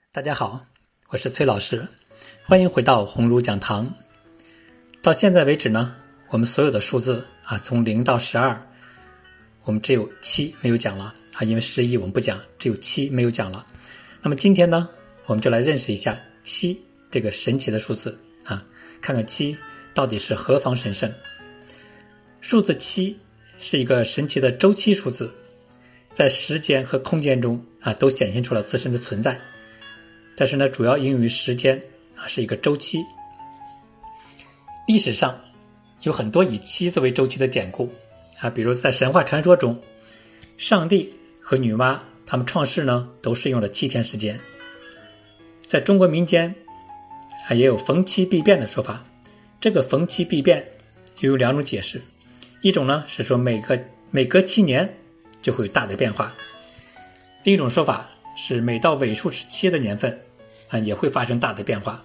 大家好，我是崔老师，欢迎回到鸿儒讲堂。到现在为止呢，我们所有的数字从0到12，我们只有7没有讲了因为11我们不讲，只有7没有讲了。那么今天呢，我们就来认识一下7这个神奇的数字看看7到底是何方神圣。数字7是一个神奇的周期数字，在时间和空间中都显现出了自身的存在。但是呢，主要应用于时间是一个周期。历史上有很多以7作为周期的典故比如在神话传说中，上帝和女娲他们创世呢都是用了7天时间。在中国民间也有逢七必变的说法。这个逢七必变又有2种解释，一种呢是说每隔7年就会有大的变化，另一种说法是每到尾数是7的年份也会发生大的变化。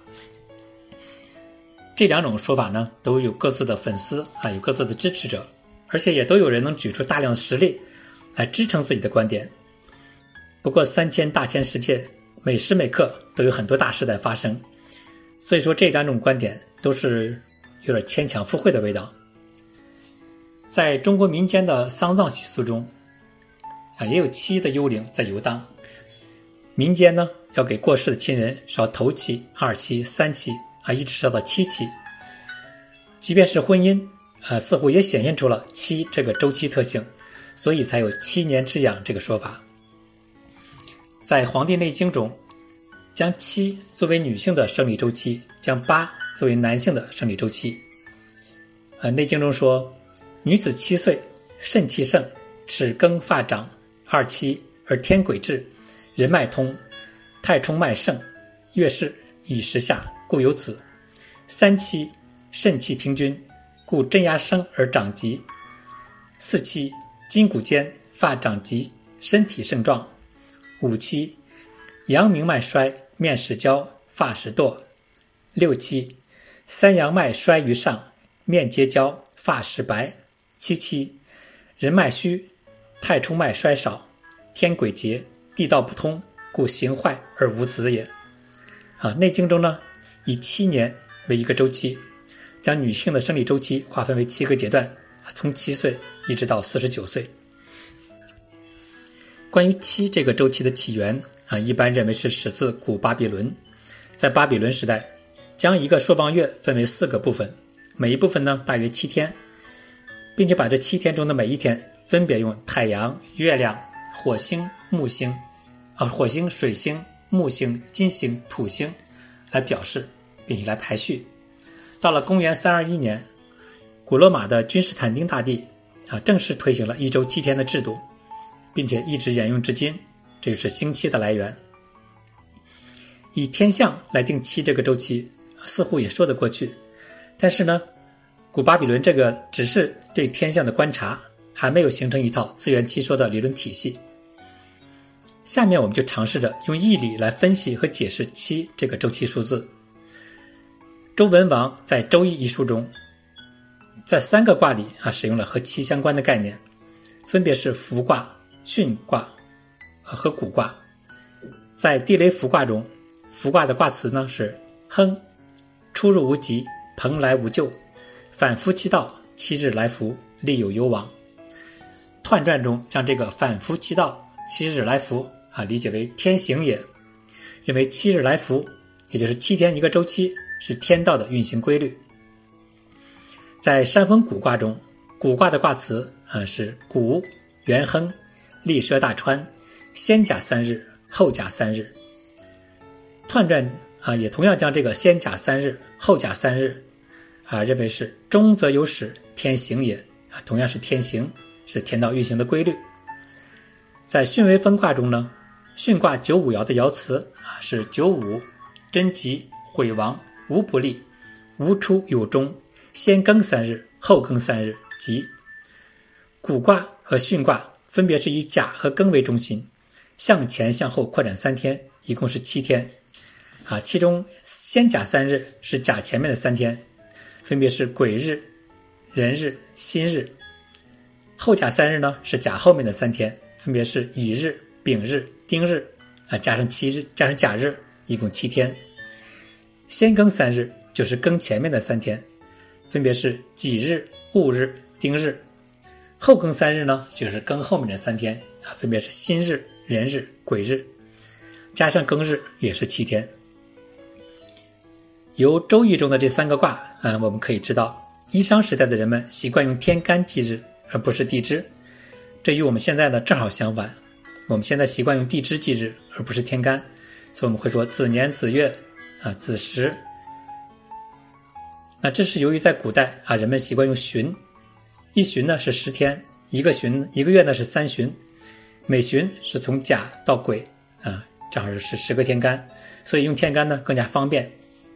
这2种说法呢都有各自的粉丝有各自的支持者，而且也都有人能举出大量的实例来支撑自己的观点。不过3000大千世界，每时每刻都有很多大事在发生，所以说这2种观点都是有点牵强附会的味道。在中国民间的丧葬习俗中也有7的幽灵在游荡。民间呢要给过世的亲人烧头七、2七、3七一直烧到7七。即便是婚姻似乎也显现出了7这个周期特性，所以才有7年之痒这个说法。在《黄帝内经》中，将7作为女性的生理周期，将8作为男性的生理周期。内经中说，女子7岁，肾气盛，齿更发长，2七而天癸至，人脉通，太冲脉盛，月事以时下，故有子。3七肾气平均，故真牙生而长疾。4七筋骨坚，发长疾，身体盛壮。5七阳明脉衰，面始焦，发始堕。6七三阳脉衰于上，面结焦，发始白。7七人脉虚，太冲脉衰少，天癸竭，地道不通，故形坏而无子也。内经中呢以7年为一个周期，将女性的生理周期划分为7个阶段，从7岁一直到49岁。关于7这个周期的起源一般认为是始自古巴比伦。在巴比伦时代，将一个朔望月分为4个部分，每一部分呢大约7天，并且把这7天中的每一天分别用太阳、月亮、火星、木星火星、水星、木星、金星、土星来表示，并且来排序。到了公元321年，古罗马的君士坦丁大帝正式推行了1周7天的制度，并且一直沿用至今，这就是星期的来源。以天象来定7这个周期似乎也说得过去，但是呢，古巴比伦这个只是对天象的观察，还没有形成一套自圆其说的理论体系。下面我们就尝试着用义理来分析和解释7这个周期数字。周文王在《周易》一书中，在3个卦里使用了和7相关的概念，分别是伏卦、巽卦和蠟卦。在地雷伏卦中，伏卦的卦辞呢是亨，出入无疾，蓬莱无咎，反复其道，7日来伏，利有攸往。彖传中将这个反复其道，7日来伏理解为天行也，认为7日来伏也就是7天一个周期，是天道的运行规律。在山风蠟卦中，蠟卦的卦辞是蠟，元亨，利涉大川，先甲3日，后甲3日。彖传也同样将这个先甲3日，后甲3日认为是终则有始，天行也同样是天行，是天道运行的规律。在巽为风卦中呢，巽卦九五爻的爻辞是九五，贞吉，毁亡，无不利，无出有终，先更3日，后更3日，吉。蠟卦和巽卦分别是以甲和庚为中心，向前向后扩展3天，一共是7天其中先甲3日是甲前面的3天，分别是癸日、壬日、辛日。后甲3日呢是甲后面的3天，分别是乙日、丙日、丁日加上7日，加上甲日一共7天。先庚3日就是庚前面的3天，分别是己日、戊日、丁日。后庚3日呢，就是庚后面的3天分别是辛日、壬日、癸日，加上庚日也是7天。由周易中的这3个卦我们可以知道，殷商时代的人们习惯用天干记日，而不是地支。这与我们现在呢正好相反，我们现在习惯用地支记日，而不是天干，所以我们会说子年、子月子时。那这是由于在古代人们习惯用旬，一旬呢是10天，一个月呢是3旬，每旬是从甲到癸正好是10个天干，所以用天干呢更加方便。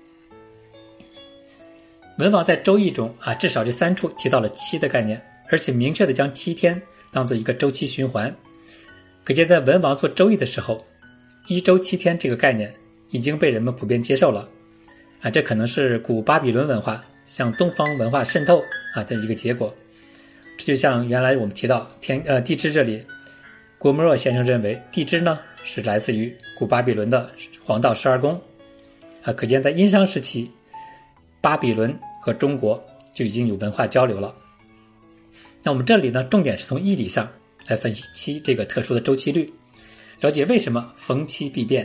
文王在周易中至少这3处提到了期的概念，而且明确的将7天当做一个周期循环，可见在文王做周易的时候，1周7天这个概念已经被人们普遍接受了这可能是古巴比伦文化向东方文化渗透的一个结果。这就像原来我们提到地支这里，郭沫若先生认为地支呢是来自于古巴比伦的黄道12宫可见在殷商时期，巴比伦和中国就已经有文化交流了。那我们这里呢，重点是从易理上来分析期这个特殊的周期律，了解为什么逢期必变。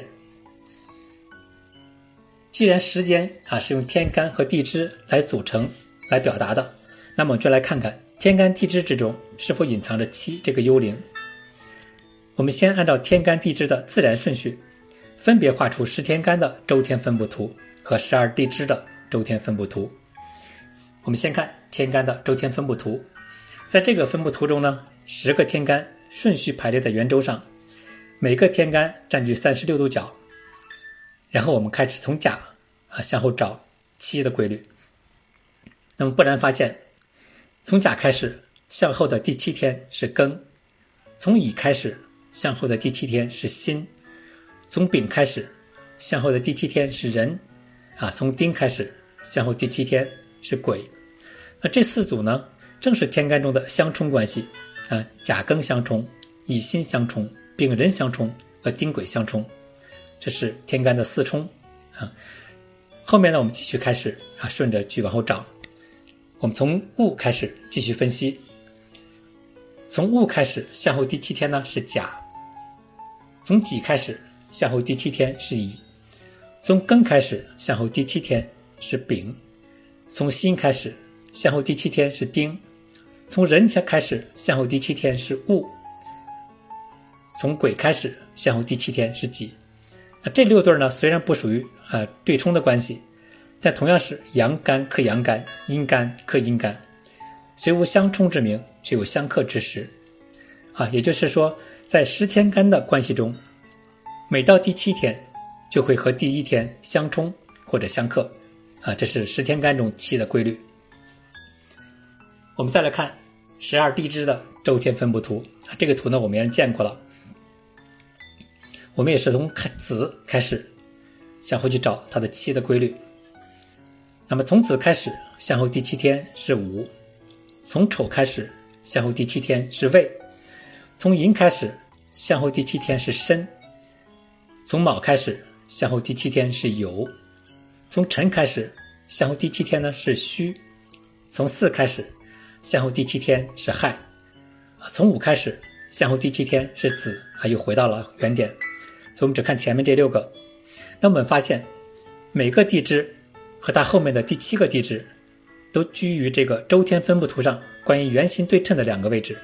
既然时间是用天干和地支来组成来表达的，那么我们就来看看天干地支之中是否隐藏着期这个幽灵。我们先按照天干地支的自然顺序，分别画出10天干的周天分布图和12地支的周天分布图。我们先看天干的周天分布图，在这个分布图中呢，10个天干顺序排列在圆周上，每个天干占据36度角。然后我们开始从甲向后找期的规律。那么不难发现，从甲开始向后的第7天是庚，从乙开始向后的第7天是辛，从丙开始向后的第7天是壬从丁开始向后第7天是癸。那这4组呢，正是天干中的相冲关系甲庚相冲、乙辛相冲、丙壬相冲和丁癸相冲，这是天干的4冲后面呢，我们继续开始顺着去往后找。我们从戊开始继续分析，从戊开始向后第7天呢是甲，从己开始向后第7天是乙，从庚开始向后第7天是丙，从辛开始向后第7天是丁，从壬开始向后第7天是戊，从癸开始向后第7天是己。那这6对呢，虽然不属于对冲的关系，但同样是阳干克阳干，阴干克阴干，虽无相冲之名，却有相克之实也就是说，在10天干的关系中，每到第7天就会和第1天相冲或者相克这是10天干中期的规律。我们再来看12地支的周天分布图这个图呢我们也见过了。我们也是从子开始向后去找它的期的规律。那么从子开始向后第7天是午，从丑开始向后第7天是未，从寅开始向后第7天是申，从卯开始向后第7天是酉，从辰开始向后第7天呢是戌，从巳开始向后第7天是亥，从午开始向后第7天是子又回到了原点。所以我们只看前面这6个，那我们发现每个地支和它后面的第7个地支都居于这个周天分布图上关于圆心对称的2个位置。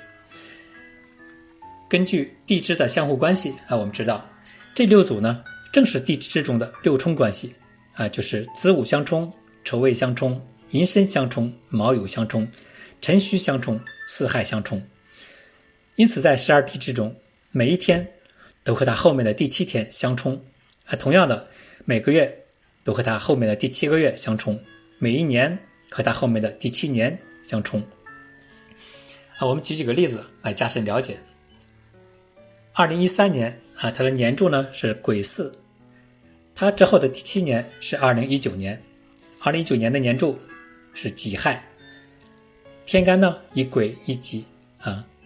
根据地支的相互关系我们知道这6组呢正是地支中的6冲关系就是子午相冲、丑未相冲、寅申相冲、卯酉相冲、辰戌相冲、巳亥相冲。因此在12地支中，每一天都和它后面的第7天相冲同样的，每个月都和它后面的第7个月相冲，每一年和它后面的第7年相冲我们举几个例子来加深了解。2013年它的年柱呢是癸巳，它之后的第7年是2019年，2019年的年柱是己亥，天干呢以癸以己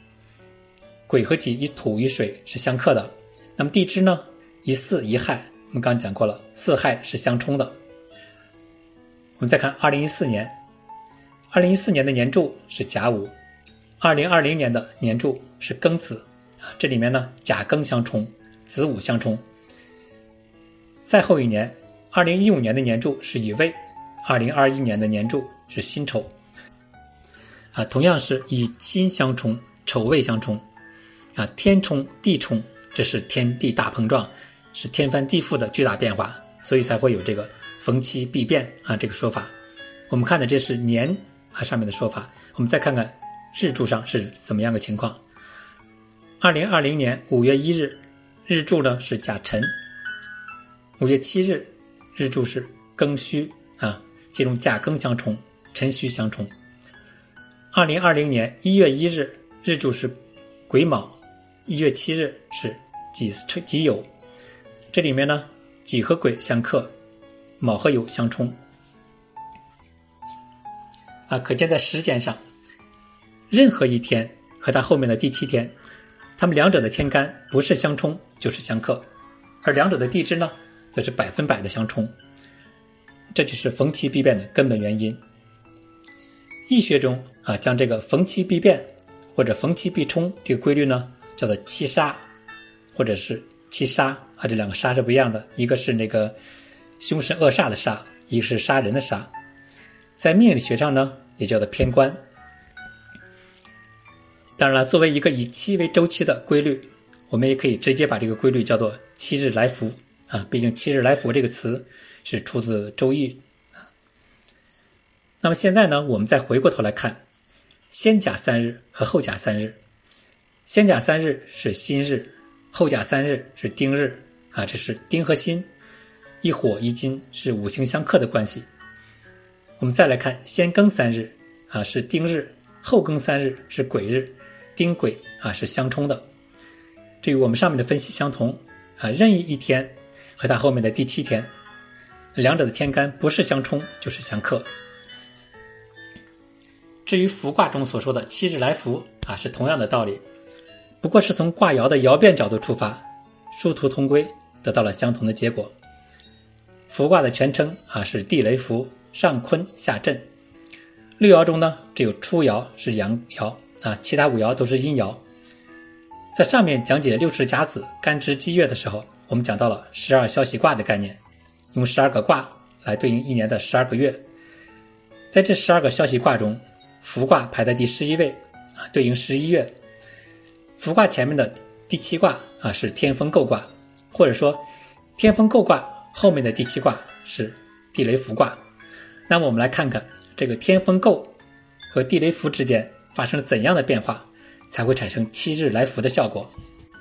癸和己以土与水是相克的。那么地支呢以巳以亥、 们刚刚讲过了，四害是相冲的。我们再看2014年，2014年的年柱是甲午，2020年的年柱是庚子，这里面呢甲庚相冲，子午相冲。再后一年2015年的年柱是乙未，2021年的年柱是辛丑，同样是以辛相冲，丑未相冲，天冲地冲，这是天地大碰撞，是天翻地覆的巨大变化，所以才会有这个逢期必变这个说法。我们看的这是年上面的说法，我们再看看日柱上是怎么样的情况。2020年5月1日，日柱呢是甲辰；5月7日，日柱是庚戌其中甲庚相冲，辰戌相冲。2020年1月1日，日柱是癸卯；1月7日是己酉。这里面呢，己和癸相克，卯和酉相冲。可见在时间上，任何一天和它后面的第7天，它们两者的天干不是相冲就是相克，而两者的地支呢，则是100%的相冲。这就是逢期必变的根本原因。易学中将这个逢期必变或者逢期必冲这个规律呢，叫做七杀，或者是七杀这两个杀是不一样的，一个是那个凶神恶煞的杀，一个是杀人的杀。在命理学上呢，也叫做偏官。当然了，作为一个以期为周期的规律，我们也可以直接把这个规律叫做七日来福毕竟七日来福这个词是出自周易。那么现在呢，我们再回过头来看先甲3日和后甲3日。先甲3日是辛日，后甲3日是丁日这是丁和辛，一火一金，是五行相克的关系。我们再来看先庚3日是丁日，后庚3日是癸日，丁癸是相冲的。这与我们上面的分析相同任意一天和它后面的第7天，两者的天干不是相冲就是相克。至于福卦中所说的七日来福是同样的道理，不过是从卦爻的爻变角度出发，殊途同归，得到了相同的结果。福卦的全称是地雷福，上坤下震。六爻中呢，只有初爻是阳爻其他5爻都是阴爻。在上面讲解60甲子干支积月的时候，我们讲到了12消息卦的概念，用12个卦来对应一年的12个月。在这12个消息卦中，福卦排在第11位对应11月。福卦前面的第7卦是天风姤卦，或者说天风姤卦后面的第7卦是地雷福卦。那么我们来看看这个天风姤和地雷福之间发生了怎样的变化，才会产生七日来福的效果。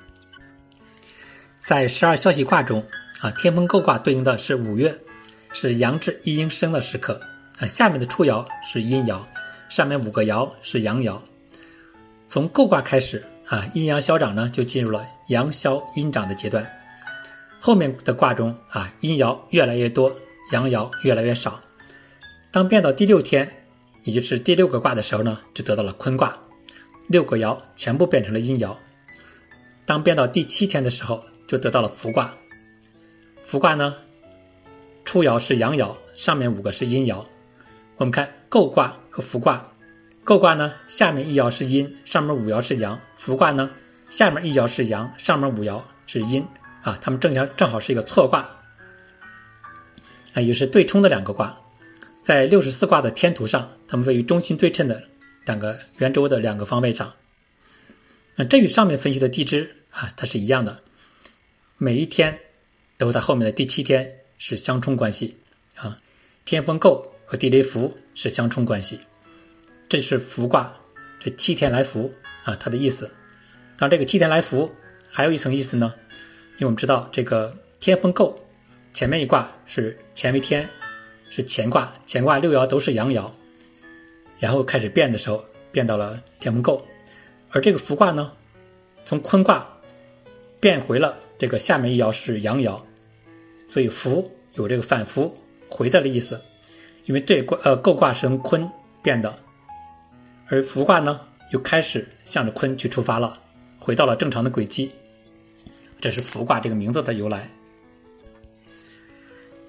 在12消息卦中天风姤卦对应的是5月，是阳至一阴生的时刻下面的初爻是阴爻，上面5个爻是阳爻。从姤卦开始阴阳消长呢，就进入了阳消阴长的阶段。后面的卦中阴爻越来越多，阳爻越来越少。当变到第6天，也就是第6个卦的时候呢，就得到了坤卦，6个爻全部变成了阴爻。当变到第7天的时候，就得到了福卦。福卦呢，初爻是阳爻，上面5个是阴爻。我们看姤卦和福卦，姤卦呢，下面1爻是阴，上面5爻是阳；福卦呢，下面1爻是阳，上面5爻是阴它们正好是一个错卦也是对冲的2个卦。在64卦的天图上，它们位于中心对称的2个圆周的2个方位上。这与上面分析的地支它是一样的，每一天都和它后面的第7天是相冲关系天风姤和地雷福是相冲关系。这就是福卦这7天来福它的意思。当然这个7天来福还有一层意思呢，因为我们知道这个天风姤前面一卦是乾为天，是乾卦，乾卦6爻都是阳爻，然后开始变的时候变到了天风姤。而这个福卦呢，从坤卦变回了这个下面1爻是阳爻，所以福有这个反复回的意思。因为姤卦是从坤变的，而福卦呢又开始向着坤去出发了，回到了正常的轨迹。这是福卦这个名字的由来。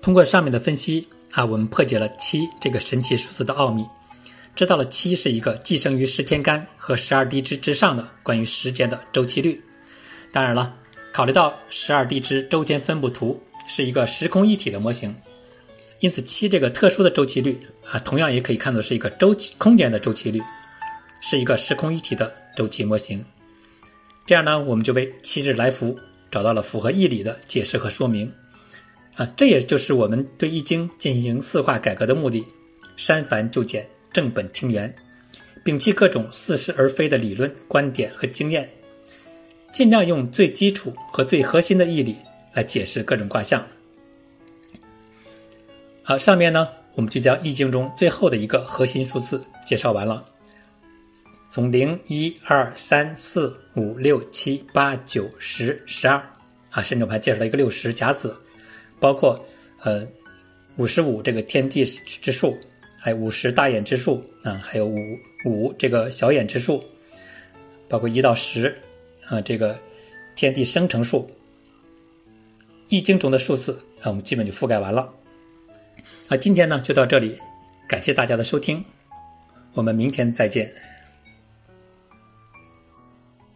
通过上面的分析我们破解了7这个神奇数字的奥秘，知道了7是一个寄生于10天干和12地支之上的关于时间的周期律。当然了，考虑到12地支周天分布图是一个时空一体的模型，因此7这个特殊的周期律同样也可以看作是一个空间的周期律，是一个时空一体的周期模型。这样呢，我们就为7日来福找到了符合义理的解释和说明这也就是我们对易经进行4化改革的目的，删繁就简，正本清源，摒弃各种似是而非的理论观点和经验，尽量用最基础和最核心的义理来解释各种卦象。好，上面呢，我们就将易经中最后的一个核心数字介绍完了。从0、1、2、3、4、5、6、7、8、9、10、12甚至我们还介绍了一个60甲子，包括55这个天地之数，还有50大眼之数还有5这个小眼之数，包括1到10这个天地生成数。易经中的数字我们基本就覆盖完了。今天呢就到这里，感谢大家的收听，我们明天再见。